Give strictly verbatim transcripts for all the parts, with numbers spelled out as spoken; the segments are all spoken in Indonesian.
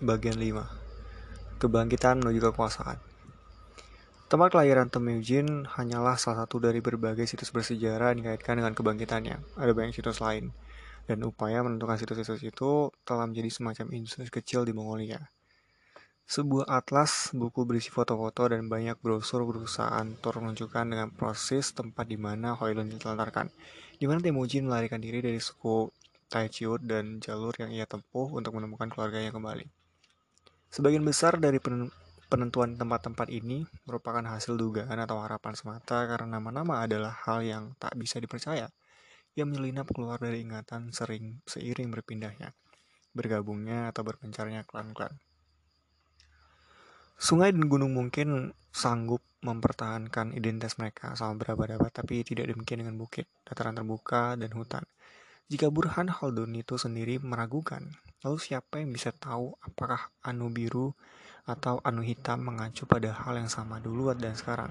Bagian lima. Kebangkitan menuju kekuasaan. Tempat kelahiran Temujin hanyalah salah satu dari berbagai situs bersejarah yang dikaitkan dengan kebangkitannya. Ada banyak situs lain, dan upaya menentukan situs-situs itu telah menjadi semacam industri kecil di Mongolia. Sebuah atlas, buku berisi foto-foto, dan banyak brosur perusahaan tur menunjukkan dengan proses tempat di mana Hoilun ditelantarkan, di mana Temujin melarikan diri dari suku Taichiud dan jalur yang ia tempuh untuk menemukan keluarganya kembali. Sebagian besar dari penentuan tempat-tempat ini merupakan hasil dugaan atau harapan semata karena nama-nama adalah hal yang tak bisa dipercaya, yang menyelinap keluar dari ingatan sering seiring berpindahnya, bergabungnya atau berpencarnya klan-klan. Sungai dan gunung mungkin sanggup mempertahankan identitas mereka selama berabad-abad, tapi tidak demikian dengan bukit, dataran terbuka, dan hutan. Jika Burhan Khaldun itu sendiri meragukan, lalu siapa yang bisa tahu apakah anu biru atau anu hitam mengacu pada hal yang sama dulu dan sekarang?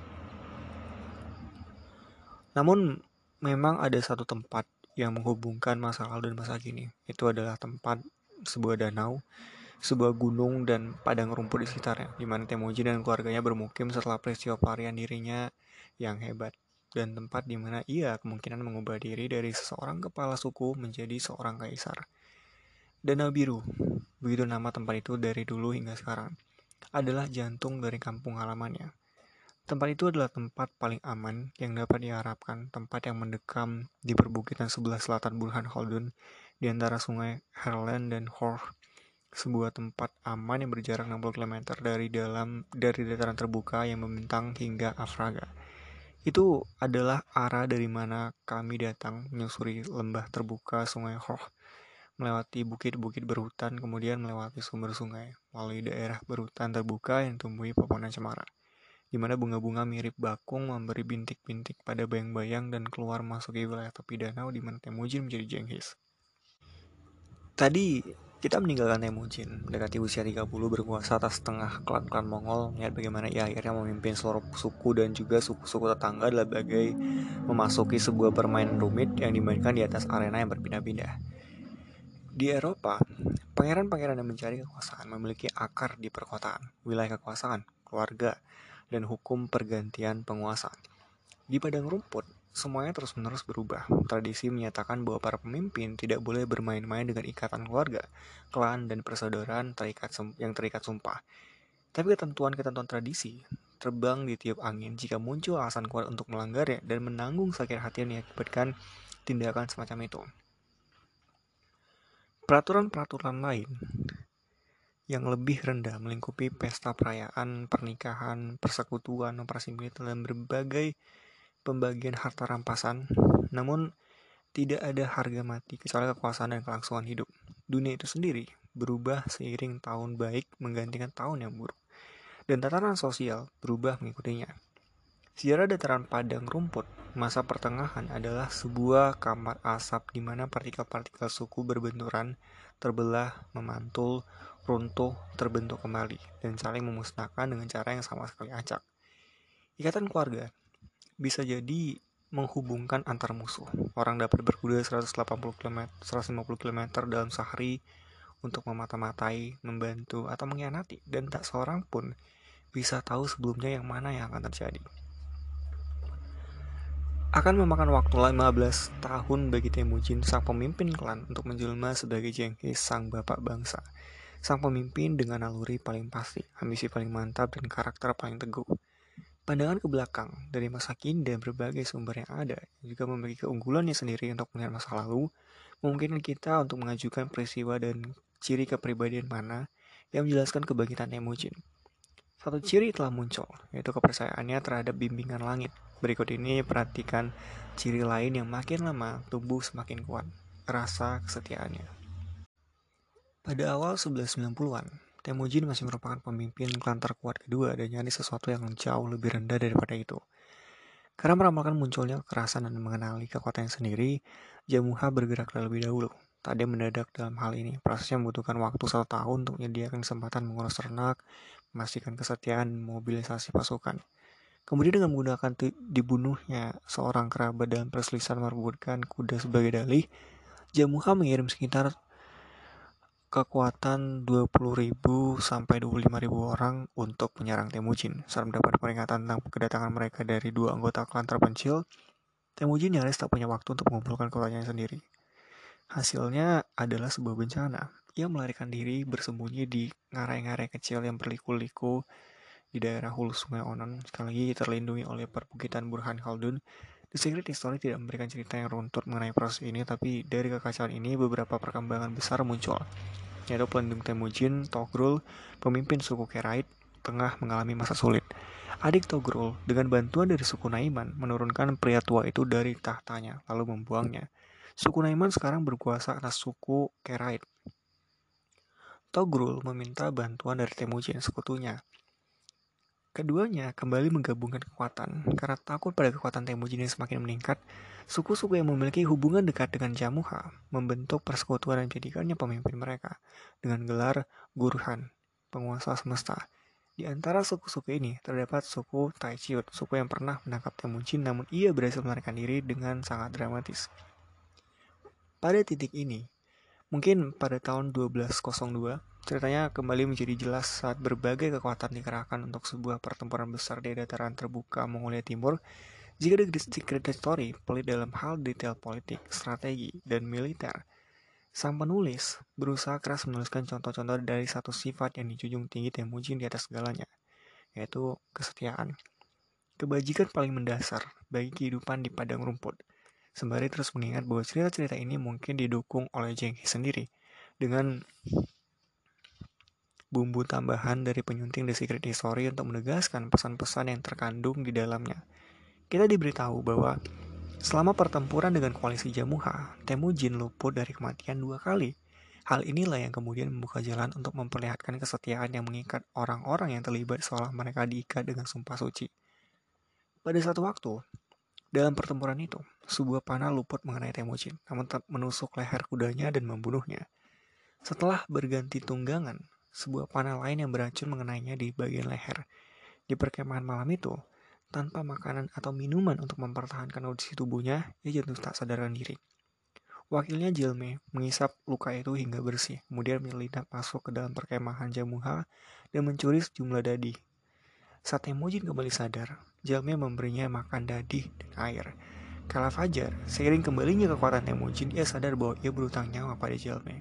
Namun, memang ada satu tempat yang menghubungkan masa lalu dan masa kini. Itu adalah tempat sebuah danau, sebuah gunung, dan padang rumput di sekitarnya, di mana Temujin dan keluarganya bermukim setelah peristiwa pelarian dirinya yang hebat, dan tempat di mana ia kemungkinan mengubah diri dari seseorang kepala suku menjadi seorang kaisar. Danau Biru, begitu nama tempat itu dari dulu hingga sekarang, adalah jantung dari kampung halamannya. Tempat itu adalah tempat paling aman yang dapat diharapkan, tempat yang mendekam di perbukitan sebelah selatan Burhan Khaldun, di antara sungai Herland dan Horh, sebuah tempat aman yang berjarak enam puluh kilometer dari dalam dari dataran terbuka yang membentang hingga Afraga. Itu adalah arah dari mana kami datang menyusuri lembah terbuka sungai Horh, melewati bukit-bukit berhutan, kemudian melewati sumber sungai, melalui daerah berhutan terbuka yang tumbuhi pepohonan cemara, di mana bunga-bunga mirip bakung memberi bintik-bintik pada bayang-bayang dan keluar masuki wilayah tepi danau di mana Temujin menjadi Jenghis. Tadi kita meninggalkan Temujin, mendekati usia tiga puluh, berkuasa atas setengah klan-klan Mongol, melihat bagaimana ia akhirnya memimpin seluruh suku dan juga suku-suku tetangga adalah bagai memasuki sebuah permainan rumit yang dimainkan di atas arena yang berpindah-pindah. Di Eropa, pangeran-pangeran yang mencari kekuasaan memiliki akar di perkotaan, wilayah kekuasaan, keluarga, dan hukum pergantian penguasa. Di padang rumput, semuanya terus-menerus berubah. Tradisi menyatakan bahwa para pemimpin tidak boleh bermain-main dengan ikatan keluarga, klan, dan persaudaraan terikat yang terikat sumpah. Tapi ketentuan-ketentuan tradisi terbang di tiup angin jika muncul alasan kuat untuk melanggarnya dan menanggung sakit hati yang diakibatkan tindakan semacam itu. Peraturan-peraturan lain yang lebih rendah melingkupi pesta perayaan, pernikahan, persekutuan, operasi militer, dan berbagai pembagian harta rampasan. Namun, tidak ada harga mati kecuali kekuasaan dan kelangsungan hidup. Dunia itu sendiri berubah seiring tahun baik menggantikan tahun yang buruk, dan tatanan sosial berubah mengikutinya. Sejarah dataran padang rumput masa pertengahan adalah sebuah kamar asap di mana partikel-partikel suku berbenturan, terbelah, memantul, runtuh, terbentuk kembali, dan saling memusnahkan dengan cara yang sama sekali acak. Ikatan keluarga bisa jadi menghubungkan antar musuh. Orang dapat berkuda seratus delapan puluh kilometer, seratus lima puluh kilometer dalam sehari untuk memata-matai, membantu, atau mengkhianati, dan tak seorang pun bisa tahu sebelumnya yang mana yang akan terjadi. Akan memakan waktu lima belas tahun bagi Temujin, sang pemimpin klan, untuk menjelma sebagai Jenghis, sang bapak bangsa. Sang pemimpin dengan naluri paling pasti, ambisi paling mantap, dan karakter paling teguh. Pandangan ke belakang dari masa kini dan berbagai sumber yang ada juga memiliki keunggulannya sendiri untuk melihat masa lalu, memungkinkan kita untuk mengajukan peristiwa dan ciri kepribadian mana yang menjelaskan kebangkitan Temujin. Satu ciri telah muncul, yaitu kepercayaannya terhadap bimbingan langit. Berikut ini perhatikan ciri lain yang makin lama tumbuh semakin kuat, rasa kesetiaannya. Pada awal seribu sembilan ratus sembilan puluhan, Temujin masih merupakan pemimpin klan terkuat kedua dan nyaris sesuatu yang jauh lebih rendah daripada itu. Karena meramalkan munculnya kekerasan dan mengenali kekuatannya sendiri, Jamuha bergerak terlebih dahulu. Tak ada mendadak dalam hal ini. Prosesnya membutuhkan waktu satu tahun untuk menyediakan kesempatan mengurus ternak, memastikan kesetiaan, mobilisasi pasukan. Kemudian dengan menggunakan dibunuhnya seorang kerabat dalam perselisihan merebutkan kuda sebagai dalih, Jamuha mengirim sekitar kekuatan dua puluh ribu sampai dua puluh lima ribu orang untuk menyerang Temujin. Saat mendapat peringatan tentang kedatangan mereka dari dua anggota klan terpencil, Temujin nyaris tak punya waktu untuk mengumpulkan kotanya sendiri. Hasilnya adalah sebuah bencana. Ia melarikan diri bersembunyi di ngarai-ngarai kecil yang berliku-liku di daerah hulu sungai Onan, sekali lagi terlindungi oleh perbukitan Burhan Khaldun. The Secret History tidak memberikan cerita yang runtut mengenai proses ini, tapi dari kekacauan ini beberapa perkembangan besar muncul, yaitu pelindung Temujin, Togrul, pemimpin suku Kerait, tengah mengalami masa sulit. Adik Togrul, dengan bantuan dari suku Naiman, menurunkan pria tua itu dari tahtanya, lalu membuangnya. Suku Naiman sekarang berkuasa atas suku Kerait. Togrul meminta bantuan dari Temujin, sekutunya. Keduanya kembali menggabungkan kekuatan. Karena takut pada kekuatan Temujin yang semakin meningkat, suku-suku yang memiliki hubungan dekat dengan Jamuha membentuk persekutuan dan menjadikannya pemimpin mereka dengan gelar Gurhan, penguasa semesta. Di antara suku-suku ini terdapat suku Taichiut, suku yang pernah menangkap Temujin namun ia berhasil melarikan diri dengan sangat dramatis. Pada titik ini, mungkin pada tahun dua belas nol dua, ceritanya kembali menjadi jelas saat berbagai kekuatan dikerahkan untuk sebuah pertempuran besar di dataran terbuka Mongolia Timur. Jika The Secret Story pelit dalam hal detail politik, strategi, dan militer, sang penulis berusaha keras menuliskan contoh-contoh dari satu sifat yang dijunjung tinggi Temujin di atas segalanya, yaitu kesetiaan. Kebajikan paling mendasar bagi kehidupan di padang rumput. Sembari terus mengingat bahwa cerita-cerita ini mungkin didukung oleh Genghis sendiri, dengan bumbu tambahan dari penyunting The Secret History untuk menegaskan pesan-pesan yang terkandung di dalamnya. Kita diberitahu bahwa selama pertempuran dengan koalisi Jamuha, Temujin luput dari kematian dua kali. Hal inilah yang kemudian membuka jalan untuk memperlihatkan kesetiaan yang mengikat orang-orang yang terlibat seolah mereka diikat dengan sumpah suci. Pada satu waktu, dalam pertempuran itu, sebuah panah luput mengenai Temujin, namun tetap menusuk leher kudanya dan membunuhnya. Setelah berganti tunggangan, sebuah panah lain yang beracun mengenainya di bagian leher. Di perkemahan malam itu, tanpa makanan atau minuman untuk mempertahankan kondisi tubuhnya, ia jatuh tak sadarkan diri. Wakilnya Jelme mengisap luka itu hingga bersih, kemudian menyelinap masuk ke dalam perkemahan Jamuha dan mencuri sejumlah dadi. Saat Temujin kembali sadar, Jelme memberinya makan dadi dan air. Kala fajar, seiring kembalinya kekuatan Temujin, ia sadar bahwa ia berutang nyawa pada Jelme.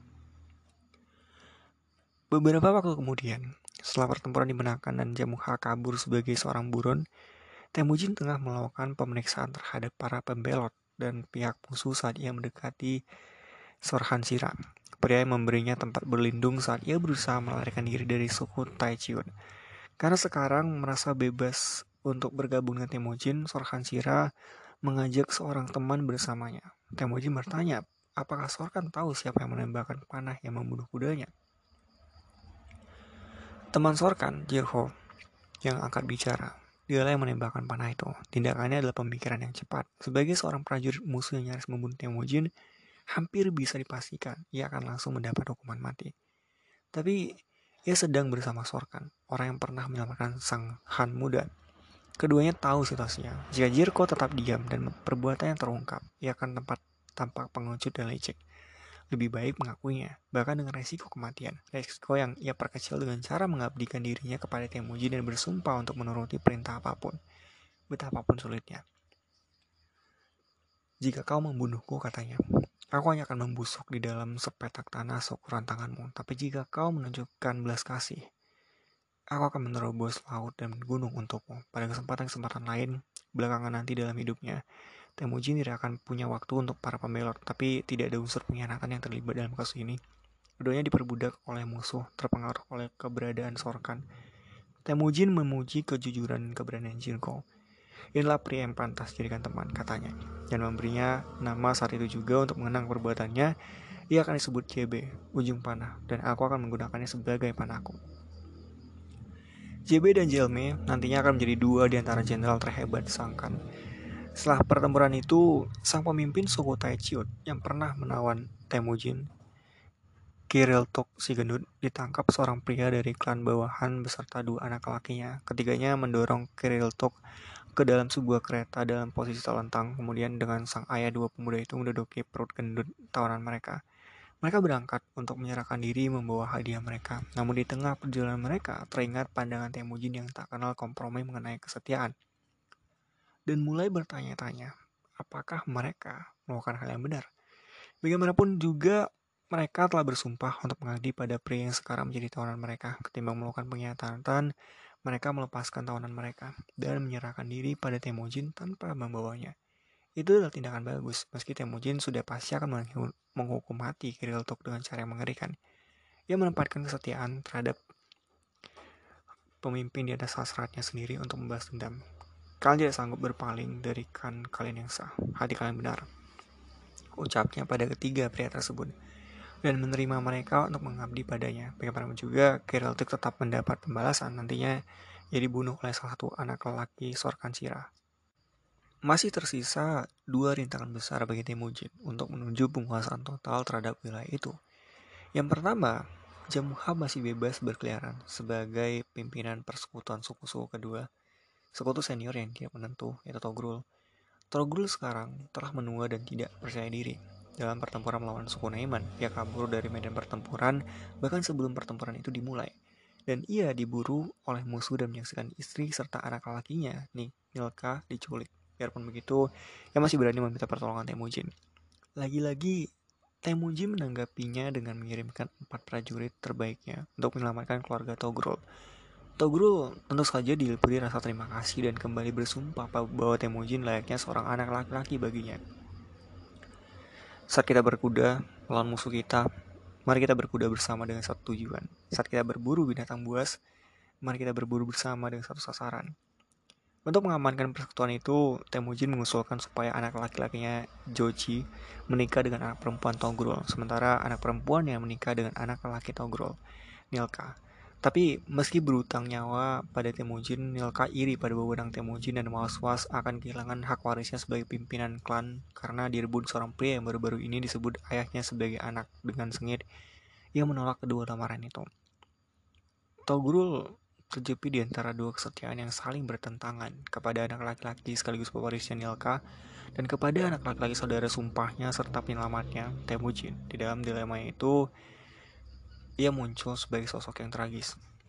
Beberapa waktu kemudian, setelah pertempuran dimenangkan dan Jamuha kabur sebagai seorang buron, Temujin tengah melakukan pemeriksaan terhadap para pembelot dan pihak musuh saat ia mendekati Sorhansira, pria yang memberinya tempat berlindung saat ia berusaha melarikan diri dari suku Taichiut. Karena sekarang merasa bebas untuk bergabung dengan Temujin, Sorhansira mengajak seorang teman bersamanya. Temujin bertanya, apakah Sorkan tahu siapa yang menembakkan panah yang membunuh kudanya? Teman Sorkan, Jirho, yang angkat bicara. Dialah yang menembakkan panah itu. Tindakannya adalah pemikiran yang cepat. Sebagai seorang prajurit musuh yang nyaris membunuh Temujin, hampir bisa dipastikan ia akan langsung mendapat hukuman mati. Tapi ia sedang bersama Sorkan, orang yang pernah menyelamatkan sang Han muda. Keduanya tahu situasinya. Jika Jirko tetap diam dan perbuatannya terungkap, ia akan tempat tampak pengecut dan licik. Lebih baik mengakuinya, bahkan dengan resiko kematian. Resiko yang ia perkecil dengan cara mengabdikan dirinya kepada Temujin dan bersumpah untuk menuruti perintah apapun, betapapun sulitnya. Jika kau membunuhku, katanya, aku hanya akan membusuk di dalam sepetak tanah seukuran tanganmu. Tapi jika kau menunjukkan belas kasih, aku akan menerobos laut dan gunung untukmu. Pada kesempatan-kesempatan lain, belakangan nanti dalam hidupnya, Temujin tidak akan punya waktu untuk para pembelot, tapi tidak ada unsur pengkhianatan yang terlibat dalam kasus ini. Keduanya diperbudak oleh musuh, terpengaruh oleh keberadaan Sorkan. Temujin memuji kejujuran dan keberanian Jirko. Inilah pria yang pantas jadikan teman, katanya, dan memberinya nama saat itu juga untuk mengenang perbuatannya. Ia akan disebut J B, ujung panah, dan aku akan menggunakannya sebagai panahku. J B dan Jelme nantinya akan menjadi dua di antara jenderal terhebat Sangkan. Setelah pertempuran itu, sang pemimpin suku Taichiut yang pernah menawan Temujin, Kiriltok si gendut, ditangkap seorang pria dari klan bawahan beserta dua anak lakinya. Ketiganya mendorong Kiriltok ke dalam sebuah kereta dalam posisi telentang. Kemudian dengan sang ayah dua pemuda itu menduduki perut gendut tawanan mereka. Mereka berangkat untuk menyerahkan diri membawa hadiah mereka. Namun di tengah perjalanan mereka teringat pandangan Temujin yang tak kenal kompromi mengenai kesetiaan. Dan mulai bertanya-tanya, apakah mereka melakukan hal yang benar? Bagaimanapun juga mereka telah bersumpah untuk mengabdi pada pria yang sekarang menjadi tawanan mereka. Ketimbang melakukan pengkhianatan, mereka melepaskan tawanan mereka dan menyerahkan diri pada Temujin tanpa membawanya. Itu adalah tindakan bagus, meski Temujin sudah pasti akan menghukum mati Kiriltuk dengan cara yang mengerikan. Ia menempatkan kesetiaan terhadap pemimpin di atas hasratnya sendiri untuk membalas dendam. Kalian tidak sanggup berpaling dari kan kalian yang sah. Hati kalian benar, ucapnya pada ketiga pria tersebut, dan menerima mereka untuk mengabdi padanya. Bagaimanapun juga, Kiriltuk tetap mendapat pembalasan nantinya. Ia dibunuh oleh salah satu anak lelaki Sorkansira. Masih tersisa dua rintangan besar bagi Temujin untuk menuju penguasaan total terhadap wilayah itu. Yang pertama, Jamuha masih bebas berkeliaran sebagai pimpinan persekutuan suku-suku kedua, sekutu senior yang tidak menentu, yaitu Togrul. Togrul sekarang telah menua dan tidak percaya diri. Dalam pertempuran melawan suku Naiman, ia kabur dari medan pertempuran bahkan sebelum pertempuran itu dimulai. Dan ia diburu oleh musuh dan menyaksikan istri serta anak lelakinya, Nilka, diculik. Biarpun begitu, ia masih berani meminta pertolongan Temujin. Lagi-lagi, Temujin menanggapinya dengan mengirimkan empat prajurit terbaiknya untuk menyelamatkan keluarga Togrul. Togrul tentu saja diliputi rasa terima kasih dan kembali bersumpah bahwa Temujin layaknya seorang anak laki-laki baginya. Saat kita berkuda melawan musuh kita, mari kita berkuda bersama dengan satu tujuan. Saat kita berburu binatang buas, mari kita berburu bersama dengan satu sasaran. Untuk mengamankan persekutuan itu, Temujin mengusulkan supaya anak laki-lakinya Jochi menikah dengan anak perempuan Togrul, sementara anak perempuan yang menikah dengan anak laki Togrul, Nilka. Tapi meski berutang nyawa pada Temujin, Nilka iri pada wewenang Temujin dan was-was akan kehilangan hak warisnya sebagai pimpinan klan karena direbut seorang pria yang baru-baru ini disebut ayahnya sebagai anak. Dengan sengit, ia menolak kedua lamaran itu. Togrul terjepit di antara dua kesetiaan yang saling bertentangan, kepada anak laki-laki sekaligus pewarisnya Nilka dan kepada anak laki-laki saudara sumpahnya serta penyelamatnya Temujin. Di dalam dilema itu, ia muncul sebagai sosok yang tragis.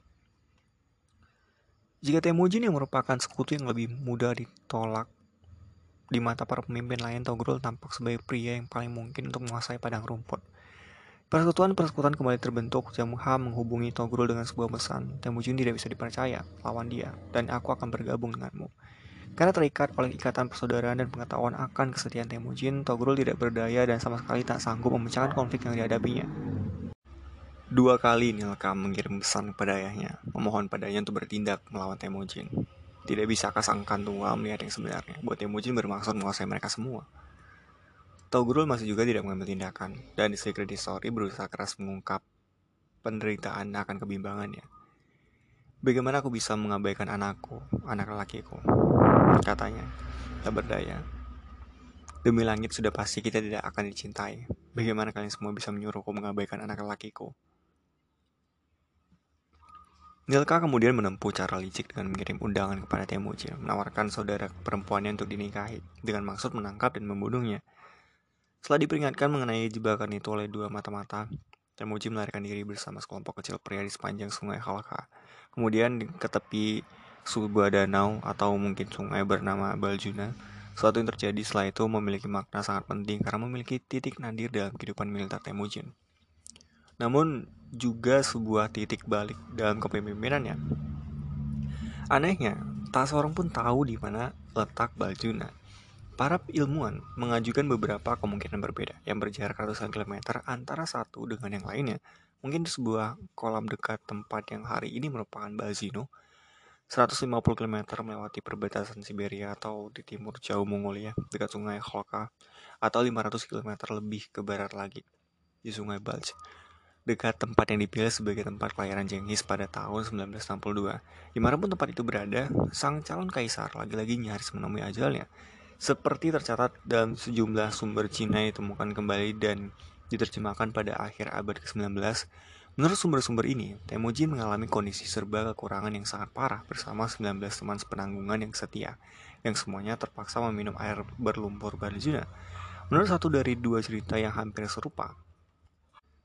Jika Temujin yang merupakan sekutu yang lebih mudah ditolak di mata para pemimpin lain, Togrul tampak sebagai pria yang paling mungkin untuk menguasai padang rumput. Persekutuan-persekutuan kembali terbentuk. Jamuha menghubungi Togrul dengan sebuah pesan. Temujin tidak bisa dipercaya, lawan dia, dan aku akan bergabung denganmu. Karena terikat oleh ikatan persaudaraan dan pengetahuan akan kesetiaan Temujin, Togrul tidak berdaya dan sama sekali tak sanggup memecahkan konflik yang dihadapinya. Dua kali Nilka mengirim pesan kepada ayahnya, memohon padanya untuk bertindak melawan Temujin. Tidak bisakah sang Kantua melihat yang sebenarnya, bahwa Temujin bermaksud menguasai mereka semua? Togrul masih juga tidak mengambil tindakan, dan di Secret History berusaha keras mengungkap penderitaan akan kebimbangannya. Bagaimana aku bisa mengabaikan anakku, anak lelakiku? Katanya, tak berdaya. Demi langit sudah pasti kita tidak akan dicintai. Bagaimana kalian semua bisa menyuruhku mengabaikan anak lelakiku? Nilka kemudian menempuh cara licik dengan mengirim undangan kepada Temujin, menawarkan saudara perempuannya untuk dinikahi, dengan maksud menangkap dan membunuhnya. Setelah diperingatkan mengenai jebakan itu oleh dua mata-mata, Temujin melarikan diri bersama sekelompok kecil pria di sepanjang sungai Halka. Kemudian ke tepi sebuah danau atau mungkin sungai bernama Baljuna. Sesuatu yang terjadi setelah itu memiliki makna sangat penting karena memiliki titik nadir dalam kehidupan militer Temujin. Namun juga sebuah titik balik dalam kepemimpinannya. Anehnya, tak seorang pun tahu di mana letak Baljuna. Para ilmuwan mengajukan beberapa kemungkinan berbeda yang berjarak ratusan kilometer antara satu dengan yang lainnya. Mungkin di sebuah kolam dekat tempat yang hari ini merupakan Balzino, seratus lima puluh kilometer melewati perbatasan Siberia atau di timur jauh Mongolia dekat sungai Kholka, atau lima ratus kilometer lebih ke barat lagi di sungai Balj, dekat tempat yang dipilih sebagai tempat kelahiran Jenghis pada tahun sembilan belas enam puluh dua. Dimanapun tempat itu berada, sang calon kaisar lagi-lagi nyaris menemui ajalnya. Seperti tercatat dalam sejumlah sumber Cina ditemukan kembali dan diterjemahkan pada akhir abad ke sembilan belas. Menurut sumber-sumber ini, Temujin mengalami kondisi serba kekurangan yang sangat parah bersama sembilan belas teman sepenanggungan yang setia, yang semuanya terpaksa meminum air berlumpur Baljuna. Menurut satu dari dua cerita yang hampir serupa,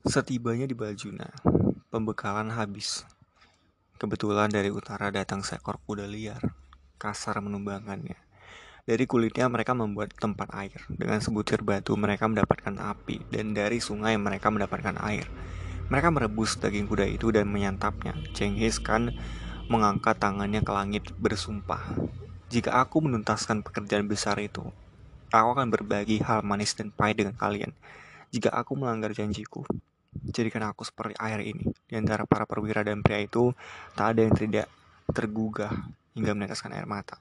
Setibanya di Baljuna, pembekalan habis. Kebetulan dari utara datang seekor kuda liar, kasar menumbangannya. Dari kulitnya mereka membuat tempat air. Dengan sebutir batu mereka mendapatkan api, dan dari sungai mereka mendapatkan air. Mereka merebus daging kuda itu dan menyantapnya. Cenghis Khan mengangkat tangannya ke langit bersumpah, "Jika aku menuntaskan pekerjaan besar itu, aku akan berbagi hal manis dan pahit dengan kalian. Jika aku melanggar janjiku, jadikan aku seperti air ini." Di antara para perwira dan pria itu, tak ada yang tidak tergugah hingga meneteskan air mata.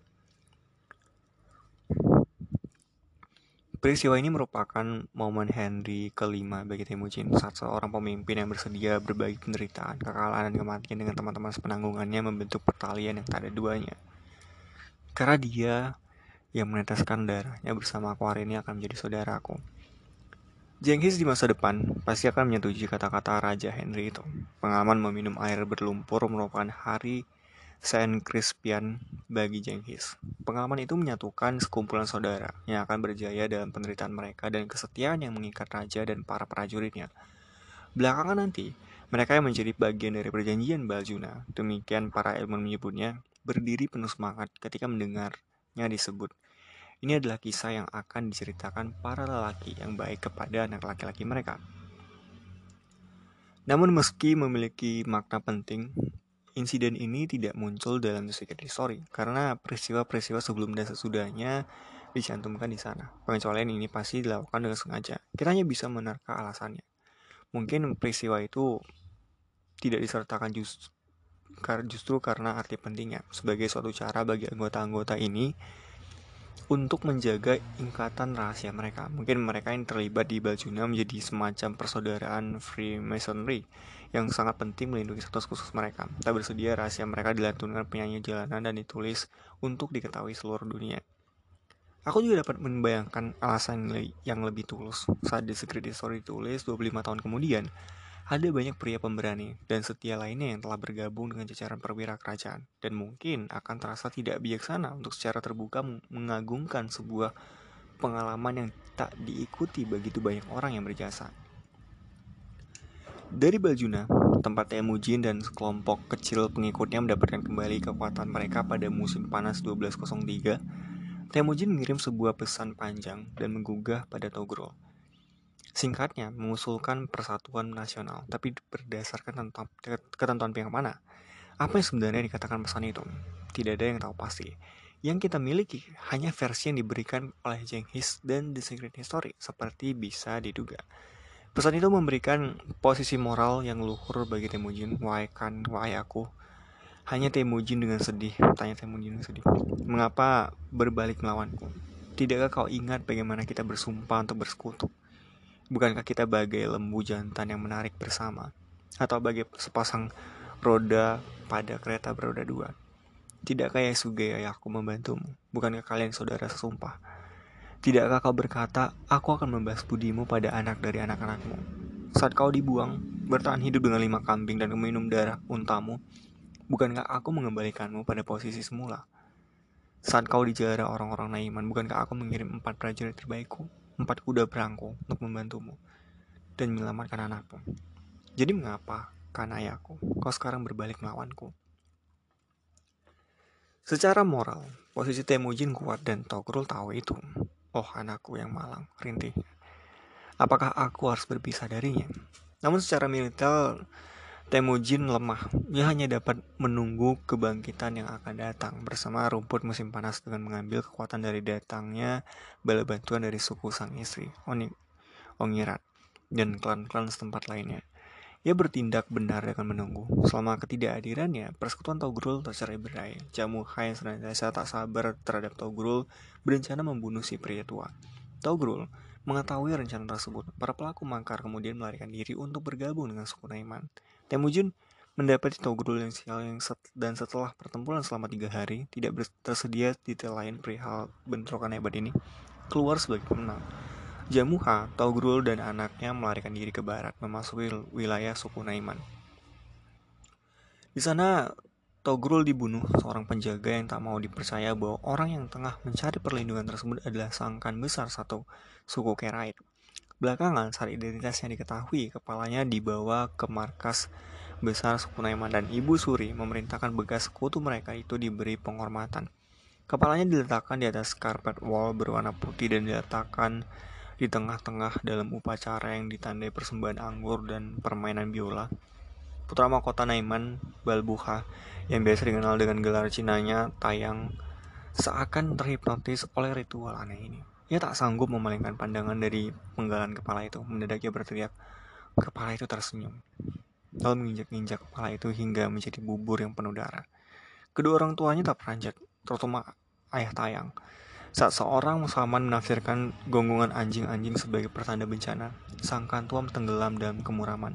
Peristiwa ini merupakan momen Henry kelima bagi Temujin, saat seorang pemimpin yang bersedia berbagi penderitaan, kekalahan, dan kematian dengan teman-teman sepenanggungannya membentuk pertalian yang tak ada duanya. Karena dia yang meneteskan darahnya bersama aku hari ini akan menjadi saudaraku. Cenghis di masa depan pasti akan menyetujui kata-kata Raja Henry itu. Pengalaman meminum air berlumpur merupakan hari Saint Crispian bagi Cenghis. Pengalaman itu menyatukan sekumpulan saudara yang akan berjaya dalam penderitaan mereka dan kesetiaan yang mengikat raja dan para prajuritnya. Belakangan nanti, mereka yang menjadi bagian dari perjanjian Baljuna, demikian para ilmuwan menyebutnya, berdiri penuh semangat ketika mendengarnya disebut. Ini adalah kisah yang akan diceritakan para lelaki yang baik kepada anak laki-laki mereka. Namun meski memiliki makna penting, insiden ini tidak muncul dalam The Secret History karena peristiwa-peristiwa sebelum dan sesudahnya dicantumkan di sana. Pengecualian ini pasti dilakukan dengan sengaja. Kita hanya bisa menerka alasannya. Mungkin peristiwa itu tidak disertakan just, justru karena arti pentingnya sebagai suatu cara bagi anggota-anggota ini untuk menjaga ikatan rahasia mereka. Mungkin mereka yang terlibat di Baljuna menjadi semacam persaudaraan Freemasonry yang sangat penting melindungi status khusus mereka. Tak bersedia rahasia mereka dilantunkan penyanyi jalanan dan ditulis untuk diketahui seluruh dunia. Aku juga dapat membayangkan alasan yang lebih tulus saat The Secret History ditulis dua puluh lima tahun kemudian. Ada banyak pria pemberani dan setia lainnya yang telah bergabung dengan jajaran perwira kerajaan, dan mungkin akan terasa tidak bijaksana untuk secara terbuka mengagungkan sebuah pengalaman yang tak diikuti begitu banyak orang yang berjasa. Dari Baljuna, tempat Temujin dan sekelompok kecil pengikutnya mendapatkan kembali kekuatan mereka pada musim panas dua belas nol tiga, Temujin mengirim sebuah pesan panjang dan menggugah pada Togrul. Singkatnya, mengusulkan persatuan nasional, tapi berdasarkan ketentuan pihak mana. Apa yang sebenarnya dikatakan pesan itu? Tidak ada yang tahu pasti. Yang kita miliki hanya versi yang diberikan oleh Cenghis dan The Secret History, seperti bisa diduga. Pesan itu memberikan posisi moral yang luhur bagi Temujin. "Wahai Khan, wahai aku." Hanya Temujin dengan sedih, tanya Temujin dengan sedih. "Mengapa berbalik melawanku? Tidakkah kau ingat bagaimana kita bersumpah untuk bersekutu? Bukankah kita bagai lembu jantan yang menarik bersama? Atau bagai sepasang roda pada kereta beroda dua? Tidakkah Yasuge ayahku membantumu? Bukankah kalian saudara sesumpah? Tidakkah kau berkata, aku akan membahas budimu pada anak dari anak-anakmu? Saat kau dibuang, bertahan hidup dengan lima kambing dan meminum darah untamu, bukankah aku mengembalikanmu pada posisi semula? Saat kau dijara orang-orang Naiman, bukankah aku mengirim empat prajurit terbaikku, empat kuda perangku untuk membantumu dan menyelamatkan anakmu? Jadi mengapa, kan ayahku, kau sekarang berbalik melawanku?" Secara moral, posisi Temujin kuat dan Togrul tahu itu. "Oh anakku yang malang," rintih. "Apakah aku harus berpisah darinya?" Namun secara militer, Temujin lemah. Dia hanya dapat menunggu kebangkitan yang akan datang bersama rumput musim panas dengan mengambil kekuatan dari datangnya bala bantuan dari suku sang istri, Ongirat, dan klan-klan setempat lainnya. Ia bertindak benar dengan menunggu. Selama ketidakhadirannya, persekutuan Togrul tercerai-berai. Jamuha yang senantiasa tak sabar terhadap Togrul berencana membunuh si pria tua. Togrul mengetahui rencana tersebut. Para pelaku makar kemudian melarikan diri untuk bergabung dengan suku Naiman. Temujin mendapati Togrul yang sial yang set, dan setelah pertempuran selama tiga hari tidak tersedia detail lain perihal bentrokan hebat ini, keluar sebagai pemenang. Jamuha, Togrul, dan anaknya melarikan diri ke barat, memasuki wilayah suku Naiman. Di sana, Togrul dibunuh seorang penjaga yang tak mau dipercaya bahwa orang yang tengah mencari perlindungan tersebut adalah sangkan besar satu suku Kerait. Belakangan, saat identitasnya diketahui, kepalanya dibawa ke markas besar suku Naiman dan Ibu Suri memerintahkan bekas sekutu mereka itu diberi penghormatan. Kepalanya diletakkan di atas karpet wall berwarna putih dan diletakkan di tengah-tengah dalam upacara yang ditandai persembahan anggur dan permainan biola. Putra mahkota Naiman, Balbuha, yang biasa dikenal dengan gelar Cinanya Tayang, seakan terhipnotis oleh ritual aneh ini. Ia tak sanggup memalingkan pandangan dari penggalan kepala itu. Mendadak ia berteriak. Kepala itu tersenyum, lalu menginjak-injak kepala itu hingga menjadi bubur yang penuh darah. Kedua orang tuanya tak beranjak, terutama ayah Tayang. Saat seorang musaman menafsirkan gonggongan anjing-anjing sebagai pertanda bencana, sang kantua tenggelam dalam kemuraman.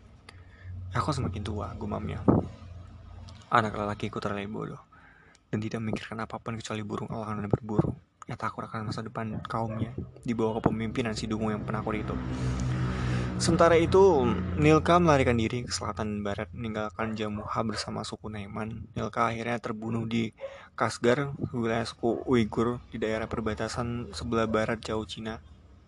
Aku semakin tua, gumamnya. Anak lelakiku terlalu bodoh dan tidak memikirkan apapun kecuali burung elang dan berburu. Ia takut akan masa depan kaumnya di bawah kepemimpinan si dungu yang penakut itu. Sementara itu, Nilka melarikan diri ke selatan dan barat, meninggalkan Jamuha bersama suku Naiman. Nilka akhirnya terbunuh di Kasgar, wilayah suku Uighur di daerah perbatasan sebelah barat jauh Cina.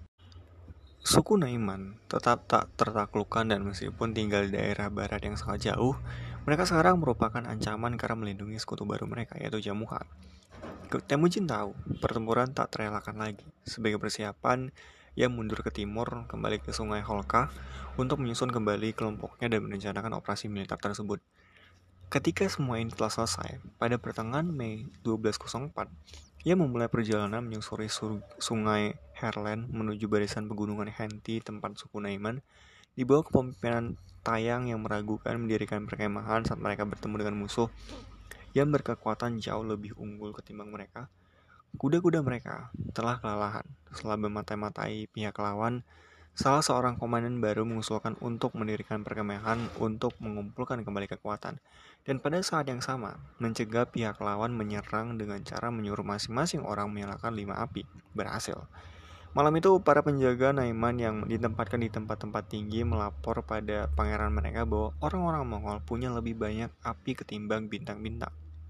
Suku Naiman tetap tak tertaklukkan dan meskipun tinggal di daerah barat yang sangat jauh, mereka sekarang merupakan ancaman karena melindungi sekutu baru mereka, yaitu Jamuha. Temujin tahu pertempuran tak terelakkan lagi. Sebagai persiapan, ia mundur ke timur, kembali ke sungai Holka untuk menyusun kembali kelompoknya dan merencanakan operasi militer tersebut. Ketika semua ini telah selesai, pada pertengahan Mei dua belas nol empat, ia memulai perjalanan menyusuri sungai Herland menuju barisan pegunungan Henti, tempat suku Naiman, di bawah kepemimpinan Tayang yang meragukan mendirikan perkemahan saat mereka bertemu dengan musuh yang berkekuatan jauh lebih unggul ketimbang mereka. Kuda-kuda mereka telah kelelahan. Setelah memata-matai pihak lawan, salah seorang komandan baru mengusulkan untuk mendirikan perkemahan untuk mengumpulkan kembali kekuatan. Dan pada saat yang sama, mencegah pihak lawan menyerang dengan cara menyuruh masing-masing orang menyalakan lima api. Berhasil. Malam itu, para penjaga Naiman yang ditempatkan di tempat-tempat tinggi melapor pada pangeran mereka bahwa orang-orang Mongol punya lebih banyak api ketimbang bintang-bintang.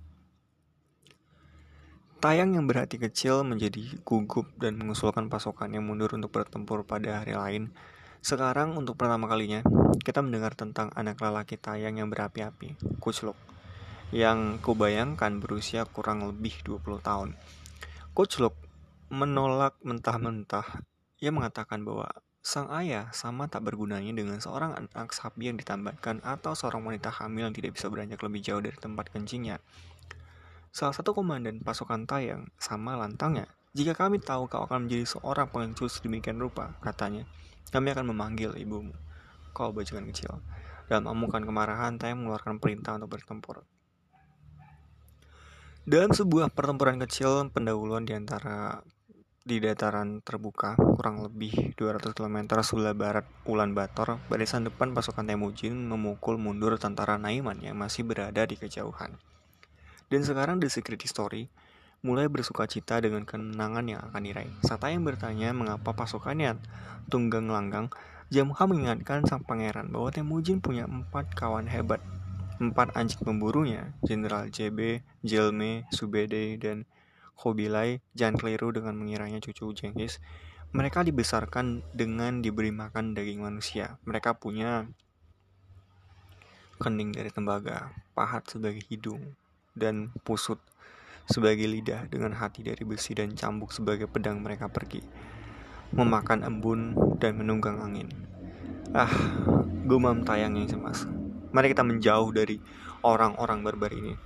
Tayang yang berhati kecil menjadi gugup dan mengusulkan pasukannya mundur untuk bertempur pada hari lain. Sekarang untuk pertama kalinya, kita mendengar tentang anak lelaki Tayang yang berapi-api, Kucluk, yang kubayangkan berusia kurang lebih dua puluh tahun. Kucluk menolak mentah-mentah. Ia mengatakan bahwa sang ayah sama tak bergunanya dengan seorang anak sapi yang ditambatkan atau seorang wanita hamil yang tidak bisa beranjak lebih jauh dari tempat kencingnya. Salah satu komandan pasukan Tayang sama lantangnya. Jika kami tahu kau akan menjadi seorang pengecus demikian rupa, katanya, kami akan memanggil ibumu. Kau bajingan kecil. Dalam amukan kemarahan, Tayang mengeluarkan perintah untuk bertempur. Dalam sebuah pertempuran kecil pendahuluan di antara di dataran terbuka kurang lebih dua ratus kilometer sebelah barat Ulaanbaatar, barisan depan pasukan Temujin memukul mundur tentara Naiman yang masih berada di kejauhan. Dan sekarang The Secret History mulai bersuka cita dengan kemenangan yang akan diraih. Saat Tayang bertanya mengapa pasukannya tunggang langgang, Jamuha mengingatkan sang pangeran bahwa Temujin punya empat kawan hebat. Empat anjing pemburunya, Jenderal J B, Jelme, Subede, dan Khobilai. Jangan keliru dengan mengiranya cucu Genghis. Mereka dibesarkan dengan diberi makan daging manusia. Mereka punya kening dari tembaga, pahat sebagai hidung, dan pusut sebagai lidah, dengan hati dari besi dan cambuk sebagai pedang. Mereka pergi memakan embun dan menunggang angin. Ah, gumam Tayang yang cemas. Mari kita menjauh dari orang-orang barbar ini